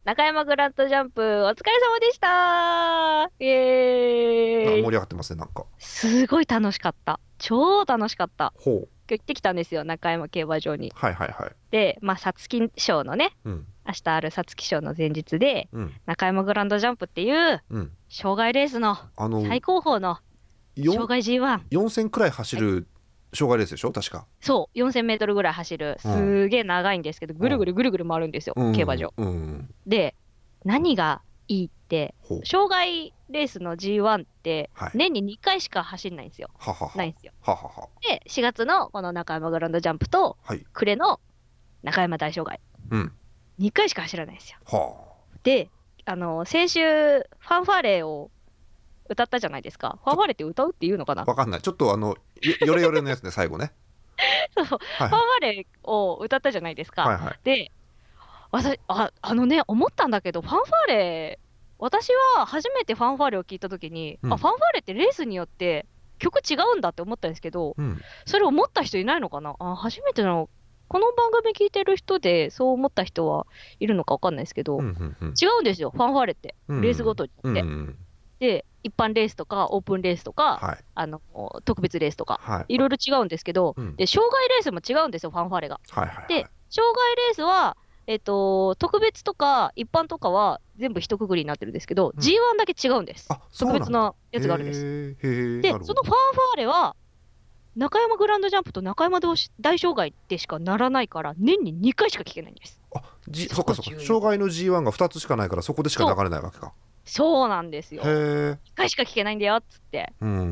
中山グランドジャンプお疲れ様でした。イエーイ。 盛り上がってますね、なんか。 すごい楽しかった。超楽しかった。 ほう。 今日行ってきたんですよ、中山競馬場に。 はいはいはい。 で、まあ、皐月賞のね、 うん。 明日ある皐月賞の前日で、 うん。 中山グランドジャンプっていう、 うん。 障害レースの最高峰の障 4、 害 G1。 4000くらい走はい、 る障害レースでしょ確か。 そう、4000メートルぐらい走る、 うん。 すげえ長いんですけど、ぐるぐるぐるぐる回るんですよ、 うん。 競馬場。 うん。 で、何がいいって、 ほう。 障害レースの G1 ってはい。 年に2回しか走んないんですよ。 ははは。 ないんですよ。 ははは。 で、4月のこの中山グランドジャンプと、 はい。 暮れの中山大障害。 うん。 2回しか走らないんですよ。 はあ。 で、先週、ファンファーレを歌ったじゃないですか。ファちょ、 ンファーレって歌うっていうのかな。 わかんない。ちょっとよれよれのやつね、最後ね。 そう、ファンはいはい。 ファーレを歌ったじゃないですか。 はいはい。 で、思ったんだけど、ファンファーレ、私は初めてファンファーレを聞いたときに、あ、 うん。 ファンファーレってレースによって曲違うんだって思ったんですけど、 うん。 それ思った人いないのかなあ、初めての、この番組聞いてる人でそう思った人はいるのかわかんないですけど、 うん。うん。うん。 違うんですよ、ファンファーレって。 うん。 レースごとにようん。うって。 ん。 で、一般レースとか、オープンレースとか、 はい。 特別レースとか、 はい。 いろいろ違うんですけど、 うん。 で、障害レースも違うんですよ、ファンファーレが。 はいはいはで、 い。 障害レースは、特別とか一般とかは全部一括りになってるんですけど、 うん。 G1 だけ違うんです。 あ、そうなんだ。 特別なやつがあるんです。 へえ、へえ、なで、 るほど。 そのファンファーレは、中山グランドジャンプと中山大障害でしかならないから、年に2回しか聞けないんです。 あ、 そそっかそっか。 こ重要。 障害の G1 が2つしかないからそこでしか流そう、 れないわけか。 そうなんですへよ。 え。 1回しか聞けないんだよ、っつって、 うんうんうん。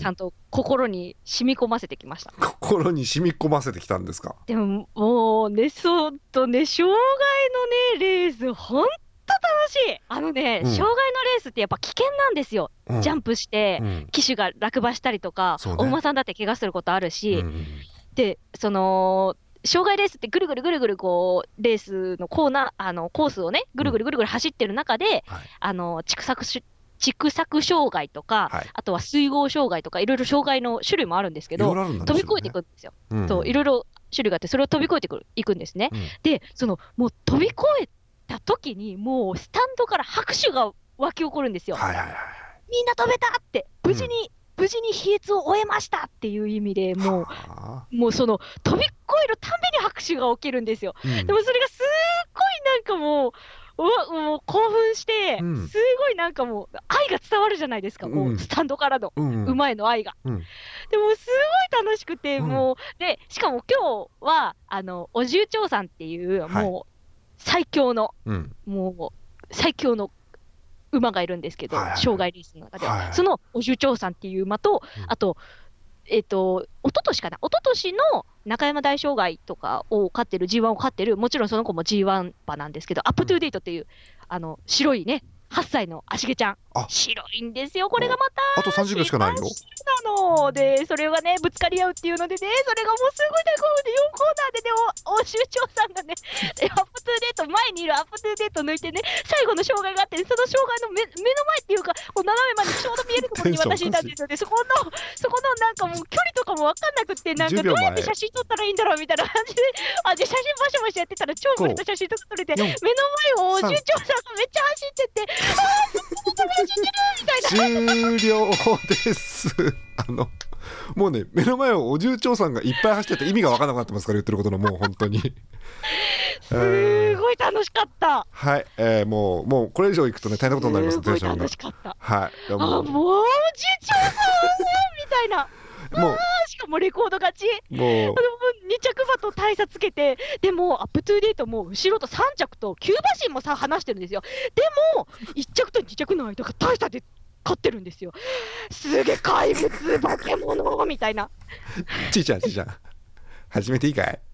ちゃんと心に染み込ませてきました。 心に染み込ませてきたんですか。 でも、もうね、そうとね、障害のね、レース、ほんと楽しい。 うん。 障害のレースってやっぱ危険なんですよ。 うん。 ジャンプして、 うん。 騎手が落馬したりとか、 そうね。 お馬さんだって怪我することあるうんうし、 ん。 で、障害レースってぐるぐるぐるぐるこう、レースのコーナー、コースをね、ぐうん。 るぐるぐるぐる走ってる中で、 はい。 畜作障害とか、 はい。 あとは水郷障害とか、いろいろ障害の種類もあるんですけど、 いろいろあるんだね、 飛び越えてい種類ね。 くんですよ。 うんうそう、いろいん。 ろ種類があって、それを飛び越えていくんですね。 うん。 で、もう飛び越えた時に、もうスタンドから拍手が湧き起こるんですよ。 はいはいはい。 みんな飛べたって、 うん。 無事に飛躍を終えましたっていう意味でもはあ。 う、飛び越えるたびに拍手が起きるんですよ。 うん。 でもそれがすっごいなんかもう興奮して、 うん。 すごいなんかもう愛が伝わるじゃないですか、こう、スうん。 タンドからのうん。 馬への愛が。 うん。 でもすごい楽しくて、 うん。 もう、で、しかも今日は、お重長さんっていう、 はい。 もう、最強の、 うん。 も最強の馬がいるんですけど、 はいはい障害レースの中では。 はい。はい。 そのお重長さんっていう馬と、 うん。 あと、一昨年かな一昨年の中山大障害とかを飼ってる、G1 を飼ってる、もちろんその子も G1 馬なんですけど、アップトゥーデートっていう、白いね、8歳の足毛ちゃん。 あ、 白いんですよ、これがお、 また。 あと30秒しかないよ。 なので、それがね、ぶつかり合うっていうのでね、それがもうすごいね、こうで4コーナーでね、州長さんがね、アップトゥーデート、前にいるアップトゥーデート抜いてね、最後の障害があって、その障害の目の前っていうか、こう斜めまでちょうど見えるところにテンションおかしい。 私いたんですよね。そこのなんかもう距離とかもわかんなくって、なんか 10 どうやって秒前。 写真撮ったらいいんだろうみたいな感じで、で、写真バシャバシャやってたら超ブレた写真とか撮れて、 5、4、 目の前をお州 3、 長さんがめっちゃ走ってって、走ってるみたいな。 終了です。もうね、目の前をお重長さんがいっぱい走ってて意味が分からなくなってますから、言ってることの、もう本当に。 すごい楽しかった。 はい、もうこれ以上いくとね、大変なことになります、 すごいテンションが。 楽しかった。 はい、いやもう、次長さんみたいな。 もしかもレコード勝ち。 もう、 2着馬と大差つけて、でも、アップトゥーデートも後ろと3着と9馬身もさ離してるんですよ。でも、1着と2着の間が大差で勝ってるんですよ。すげえ怪物、化け物みたいな。 ちいちゃん、ちいちゃん、始めていいかい。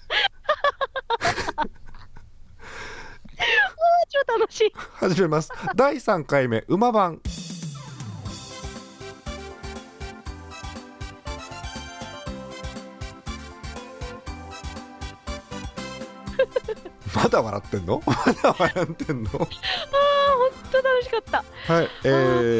超楽しい。 始めます。第3回目、馬番。まだ笑ってんの？まだ笑ってんの？ 本当楽しかった。 はい、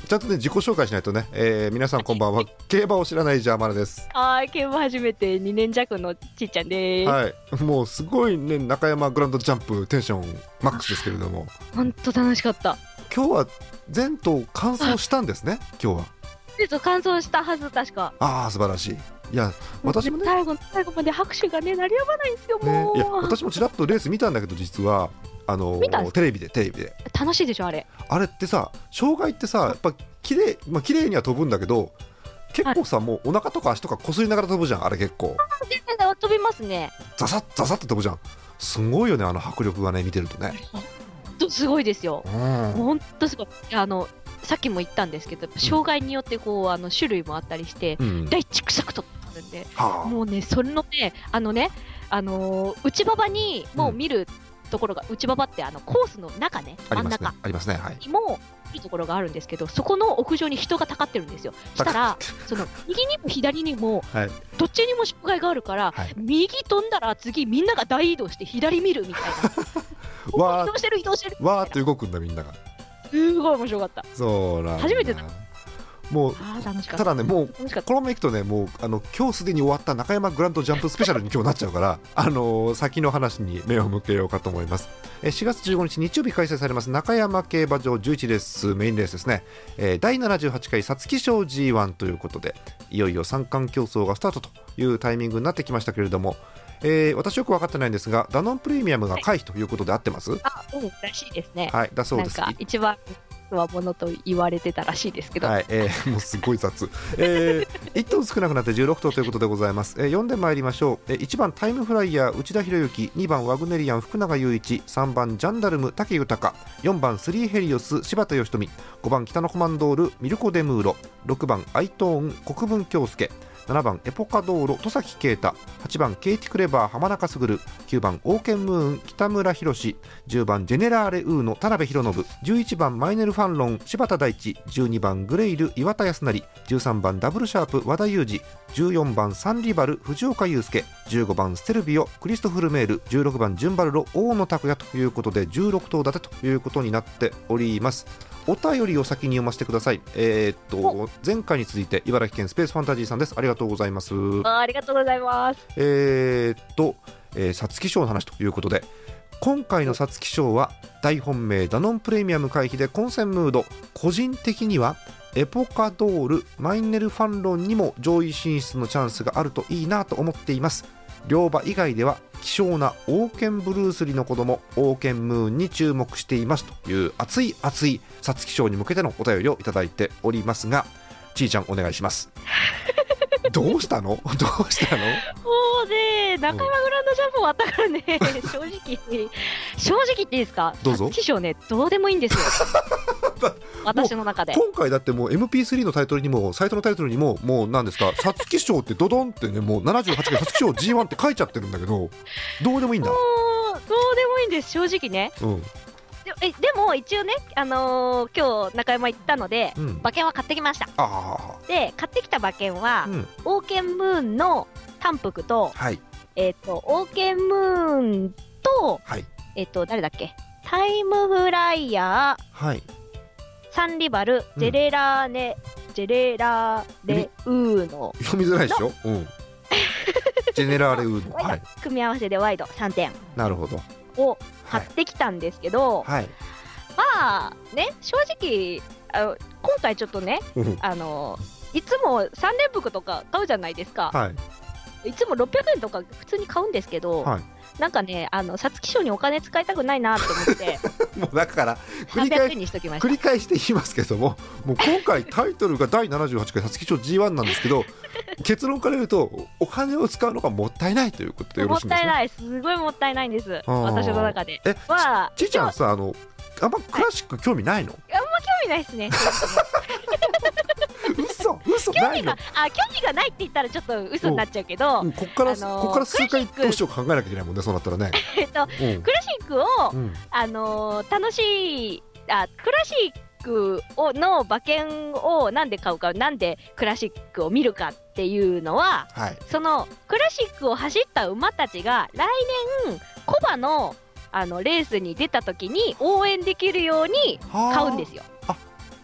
ちゃんとね自己紹介しないとね、皆さんこんばんは。競馬を知らないジャーマネです。 はい、競馬始めて2年弱のちっちゃんです。 はい、もうすごいね、中山グランドジャンプテンションマックスですけれども、 ほんと楽しかった。 今日は全頭完走したんですね。今日は完走したはず、確か。 ああ素晴らしい。いや私もね、 最後まで拍手がね鳴りやまないんですよ、もう。 いや私もちらっとレース見たんだけど、実はテレビで楽しいでしょ、あれってさ、障害ってさ、やっぱ綺麗には飛ぶんだけど、結構さ、もうお腹とか足とかこすりながら飛ぶじゃん、あれ結構。 全然飛びますね。 ザサッザサッって飛ぶじゃん。すごいよね、あの迫力がね、見てるとね。 すごいですよ。もうほんとすごい。さっきも言ったんですけど、障害によってこう種類もあったりして、大畜作とあるんで、もうね、それのね、内馬場にもう見るところが、内馬場ってコースの中ね、真ん中ありますね、はい。 にもいいところがあるんですけど、そこの屋上に人がたかってるんですよ。したら、その右にも左にも、どっちにも障害があるから、右飛んだら次みんなが大移動して左見るみたいな。移動してるわーって動くんだ、みんなが。 すごい面白かった。 そうなんだ。 初めてだ。 もうただね、もうこのままいくとね、もう今日すでに終わった中山グランドジャンプスペシャルに今日なっちゃうから先の話に目を向けようかと思います。4月15日日曜日開催されます中山競馬場11レースメインレースですね、第78回皐月賞 G1 ということで、いよいよ三冠競争がスタートというタイミングになってきましたけれども、私よく分かってないんですが、ダノンプレミアムが回避ということで合ってます？ らしいですね。 はい、だそうです。 なんか一番はものと言われてたらしいですけど、 はい、もうすごい雑、1頭少なくなって16頭ということでございます。読んでまいりましょう。1番タイムフライヤー内田博之、2番ワグネリアン福永雄一、3番ジャンダルム武豊、4番スリーヘリオス柴田義富、5番北のコマンドールミルコ・デムーロ、6番アイトーン国分京介、7番エポカ道路戸崎啓太、8番ケイティクレバー浜中卓、9番オーケンムーン北村博士、10番ジェネラーレウーノ田辺博信、11番マイネルファンロン柴田大地、12番グレイル岩田康成、13番ダブルシャープ和田裕二、14番サンリバル藤岡祐介、15番ステルビオクリストフルメール、16番ジュンバルロ大野拓也ということで16頭立てということになっております。お便りを先に読ませてください。前回に続いて茨城県スペースファンタジーさんです。ありがとうございます。 ありがとうございます。 皐月賞の話ということで、今回の皐月賞は大本命ダノンプレミアム回避で混戦ムード、個人的にはエポカドールマイネルファンロンにも上位進出のチャンスがあるといいなと思っています。両馬以外では希少なオーケンブルースリーの子供オーケンムーンに注目していますという熱い皐月賞に向けてのお便りをいただいておりますが、ちーちゃんお願いします。どうしたのもうね、中山グランドジャンプ終わったからね、正直言っていいですか、 どうぞ。 皐月賞ね、どうでもいいんですよ私の中で。 今回だってもう MP3 のタイトルにもサイトのタイトルにももう何ですか、皐月賞ってドドンってね、もう78回皐月賞 G1 って書いちゃってるんだけど、どうでもいいんだ。 どうでもいいんです、正直ね。でも一応ね、今日中山行ったので、馬券は買ってきました。で買ってきた馬券は、オーケンムーンの単服と、オーケンムーンと、誰だっけ、タイムフライヤー、サンリバル、ジェレラーレウーノ、 読みづらいでしょ、ジェネラーレウーノ、 組み合わせでワイド3点。 なるほど。 を買ってきたんですけど、まあね、正直今回ちょっとね、いつも3連服とか買うじゃないですか、いつも600円とか普通に買うんですけど、なんかね、皐月賞にお金使いたくないなと思ってもうだから 300円にしときました。 繰り返して言いますけども、もう今回タイトルが第78回皐月賞 G1 なんですけど結論から言うとお金を使うのがもったいないということでよろしいんですね。 もったいない、すごいもったいないんです、私の中で。 ちーちゃんさ、あんまクラシック興味ないの？ あんま興味ないですね嘘ないの？ 興味がないって言ったらちょっと嘘になっちゃうけど、 こっから数回どうしようか考えなきゃいけないもんね、そうなったらね。 クラシックを、楽しいクラシックの馬券をなんで買うか、なんでクラシックを見るかっていうのは、そのクラシックを走った馬たちが来年コバのレースに出た時に応援できるように買うんですよ。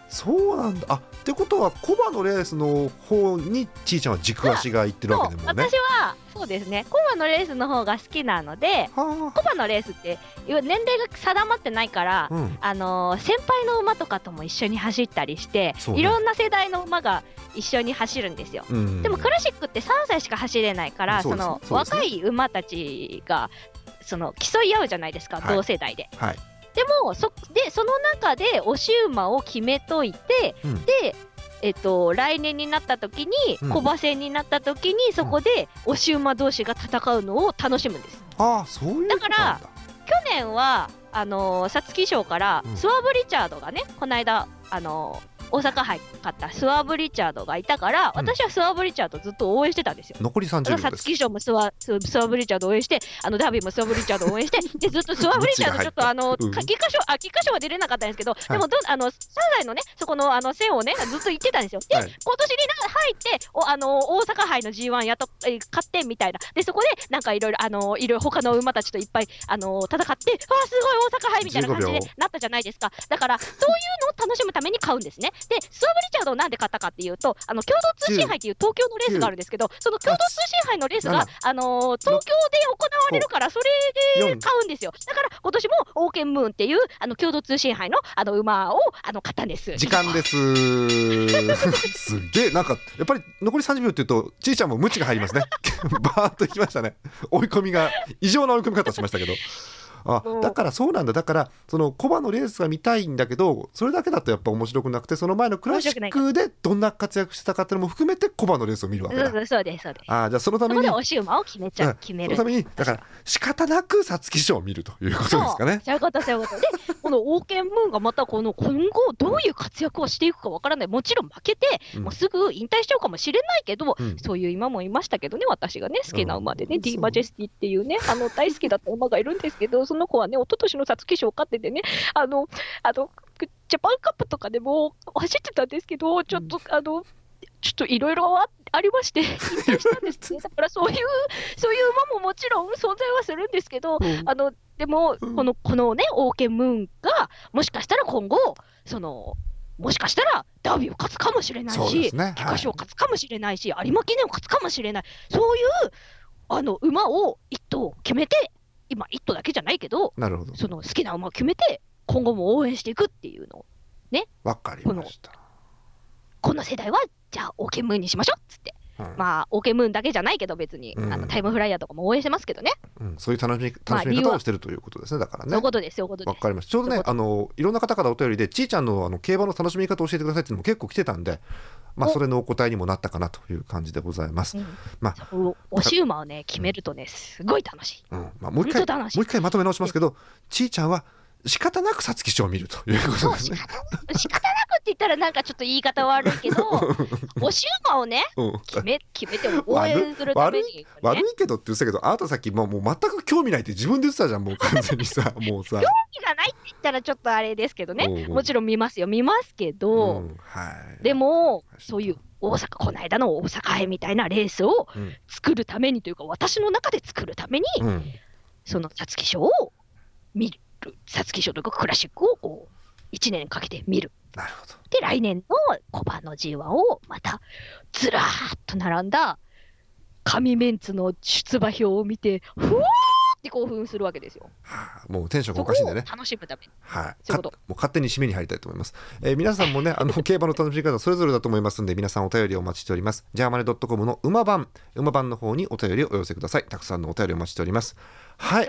そうなんだ。ってことはコバのレースの方にちーちゃんは軸足がいってるわけでもね。 私はそうですね、コバのレースの方が好きなので、 はコバのレースって年齢が定まってないから、 あ、うん、 先輩の馬とかとも一緒に走ったりして、 そうねいろんな世代の馬が一緒に走るんですよ。 うん、 でもクラシックって3歳しか走れないから、 そうですそのそうですね若い馬たちが競い合うじゃないですか、 はい同世代で。 はい、 でもその中で押し馬を決めといて、 うんで来年になった時に、 うん小馬戦になった時にそこで押し馬同士が戦うのを楽しむんです。 ああ、そういうことなんだ。 去年は皐月賞からうんスワブ・リチャードがね、この間大阪杯勝ったスワブ・リチャードがいたから、 うん私はスワブ・リチャードずっと応援してたんですよ。 残り30秒皐です。 月賞もスワブ・リチャード応援して、ダービーもスワブ・リチャード応援してでずっとスワブ・リチャードちょっとうん菊花賞は出れなかったんですけど、でも3歳のねそこの線をねずっと言ってたんですよ。で、 はい今年に入って大阪杯の G1 勝ってみたいな。でそこでなんかいろいろ他の馬たちといっぱい戦って、すごい大阪杯みたいな感じでなったじゃないですか。だからそういうのを楽しむために買うんですね。でスワブ・リチャードをなんで買ったかっていうと、共同通信杯っていう東京のレースがあるんですけど、その共同通信杯のレースが東京で行われるから、それで買うんですよ。だから今年もオーケンムーンっていう共同通信杯の馬を買ったんです。 時間ですすっげえ、なんかやっぱり残り30秒っていうとちーちゃんもムチが入りますねバーッといきましたね。追い込みが異常な追い込み方しましたけど、だからそうなんだ。だからそのコバのレースが見たいんだけど、それだけだとやっぱ面白くなくて、その前のクラシックでどんな活躍してたかっていうのも含めてコバのレースを見るわけだ。 そうです。 じゃあそのためにそこで押し馬を決める。 そのためにだから仕方なく皐月賞を見るということですかね。 そういうことで、このオーケンムーンがまた今後どういう活躍をしていくかわからない。もちろん負けて、もうすぐ引退しちゃうかもしれないけど、そういう馬もいましたけどね、私がね好きな馬でね、ディーマジェスティっていうね大好きだった馬がいるんですけど、その子はね一昨年の皐月賞を勝っててね、ジャパンカップとかでも走ってたんですけど、ちょっといろいろありまして引退したんですね。だからそういう馬ももちろん存在はするんですけど、でもこのねオーケンムーンがもしかしたら今後もしかしたらダービーを勝つかもしれないし、菊花賞を勝つかもしれないし、有馬記念を勝つかもしれない、そういう馬を一頭決めて、今一頭だけじゃないけど、 なるほど、 その好きな馬を決めて今後も応援していくっていうのをね、 わかりました。 この世代はじゃあオーケンムーンにしましょうっつって、オーケンムーンだけじゃないけど別に、タイムフライヤーとかも応援してますけどね、そういう楽しみ方をしてるということですね。だからね、 そういうことです。わかりました。ちょうどねいろんな方からお便りでちーちゃんの競馬の楽しみ方を教えてくださいっていうのも結構来てたんで、それのお答えにもなったかなという感じでございます。 押し馬をね決めるとねすごい楽しい。 もう一回まとめ直しますけど、ちーちゃんは仕方なく皐月賞を見るということですね。 仕方なくって言ったらなんかちょっと言い方悪いけど押し馬をね決めて応援するために、 悪いけどって言ってたけど、あなたさっきもう全く興味ないって自分で言ってたじゃん、もう完全にさもうさ興味がないって言ったらちょっとあれですけどね、もちろん見ますけど、でもそういうこの間の大阪杯みたいなレースを作るためにというか、私の中で作るために、その皐月賞を見る、皐月賞というかクラシックを1年かけて見る。 なるほど。 で来年の小馬の G1 をまたずらーっと並んだ神メンツの出馬表を見てふわーって興奮するわけですよ。 もうテンションがおかしいんでね、 楽しむために、 もう勝手に締めに入りたいと思います。皆さんもね競馬の楽しみ方それぞれだと思いますんで、皆さんお便りをお待ちしております。ジャーマネ .com の馬番の方にお便りをお寄せください。たくさんのお便りをお待ちしております。はい、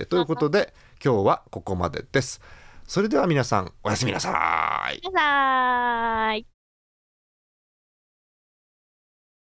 ということで今日はここまでです。それでは皆さんおやすみなさい。